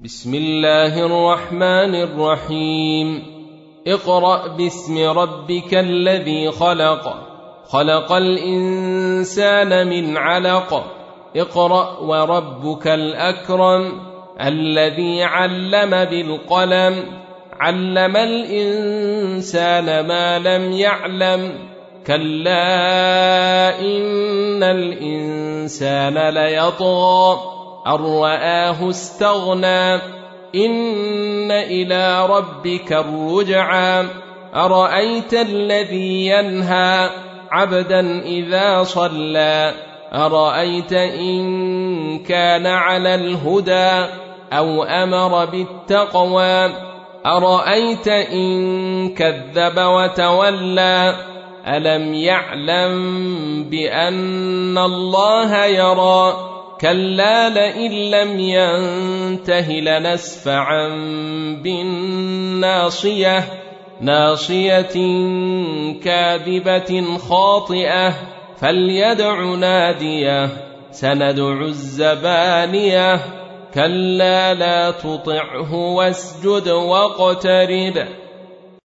بسم الله الرحمن الرحيم اقرأ باسم ربك الذي خلق خلق الإنسان من علق اقرأ وربك الأكرم الذي علم بالقلم علم الإنسان ما لم يعلم كلا إن الإنسان ليطغى أن رآه استغنى إن إلى ربك الرجعى أرأيت الذي ينهى عبدا إذا صلى أرأيت إن كان على الهدى أو أمر بالتقوى أرأيت إن كذب وتولى ألم يعلم بأن الله يرى كلا لئن لم ينته لنسفعا بالناصية ناصية كاذبة خاطئة فليدع ناديه سندع الزبانية كلا لا تطعه واسجد واقترب